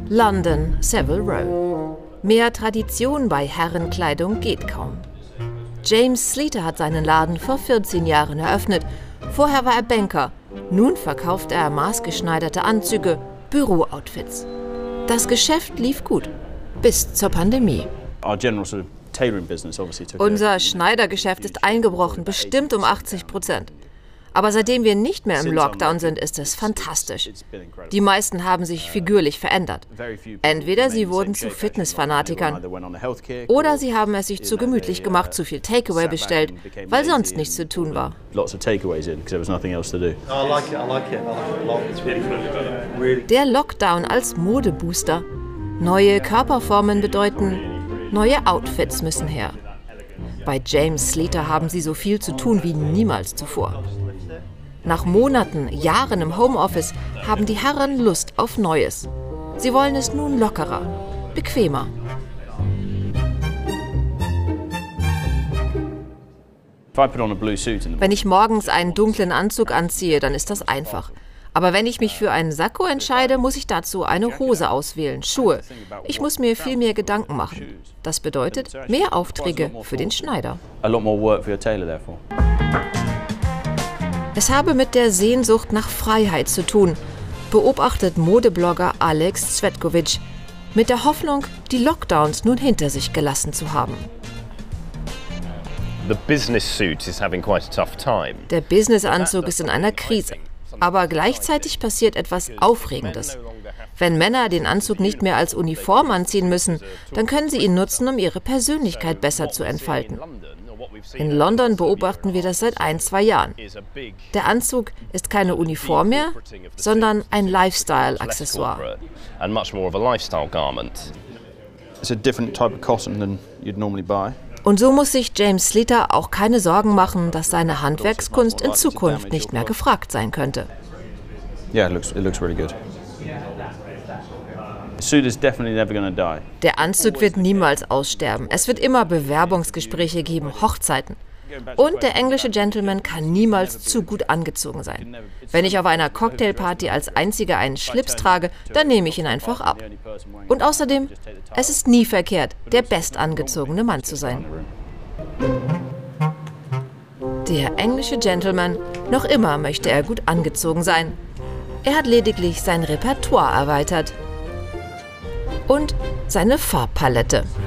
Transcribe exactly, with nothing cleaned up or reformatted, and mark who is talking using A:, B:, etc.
A: London, Savile Row. Mehr Tradition bei Herrenkleidung geht kaum. James Sleater hat seinen Laden vor vierzehn Jahren eröffnet. Vorher war er Banker. Nun verkauft er maßgeschneiderte Anzüge, Bürooutfits. Das Geschäft lief gut, bis zur Pandemie. Unser Schneidergeschäft ist eingebrochen, bestimmt um achtzig Prozent. Aber seitdem wir nicht mehr im Lockdown sind, ist es fantastisch. Die meisten haben sich figürlich verändert. Entweder sie wurden zu Fitnessfanatikern oder sie haben es sich zu gemütlich gemacht, zu viel Takeaway bestellt, weil sonst nichts zu tun war. Der Lockdown als Modebooster. Neue Körperformen bedeuten, neue Outfits müssen her. Bei James Sleater haben sie so viel zu tun wie niemals zuvor. Nach Monaten, Jahren im Homeoffice haben die Herren Lust auf Neues. Sie wollen es nun lockerer, bequemer. Wenn ich morgens einen dunklen Anzug anziehe, dann ist das einfach. Aber wenn ich mich für einen Sakko entscheide, muss ich dazu eine Hose auswählen, Schuhe. Ich muss mir viel mehr Gedanken machen. Das bedeutet mehr Aufträge für den Schneider. Es habe mit der Sehnsucht nach Freiheit zu tun, beobachtet Modeblogger Alex Cvetkovic, mit der Hoffnung, die Lockdowns nun hinter sich gelassen zu haben. Der Businessanzug ist in einer Krise, aber gleichzeitig passiert etwas Aufregendes. Wenn Männer den Anzug nicht mehr als Uniform anziehen müssen, dann können sie ihn nutzen, um ihre Persönlichkeit besser zu entfalten. In London beobachten wir das seit ein, zwei Jahren. Der Anzug ist keine Uniform mehr, sondern ein Lifestyle-Accessoire. Und so muss sich James Sleater auch keine Sorgen machen, dass seine Handwerkskunst in Zukunft nicht mehr gefragt sein könnte.
B: Yeah, it looks, it looks really good.
A: Der Anzug wird niemals aussterben. Es wird immer Bewerbungsgespräche geben, Hochzeiten. Und der englische Gentleman kann niemals zu gut angezogen sein. Wenn ich auf einer Cocktailparty als Einziger einen Schlips trage, dann nehme ich ihn einfach ab. Und außerdem, es ist nie verkehrt, der bestangezogene Mann zu sein. Der englische Gentleman, noch immer möchte er gut angezogen sein. Er hat lediglich sein Repertoire erweitert. Und seine Farbpalette.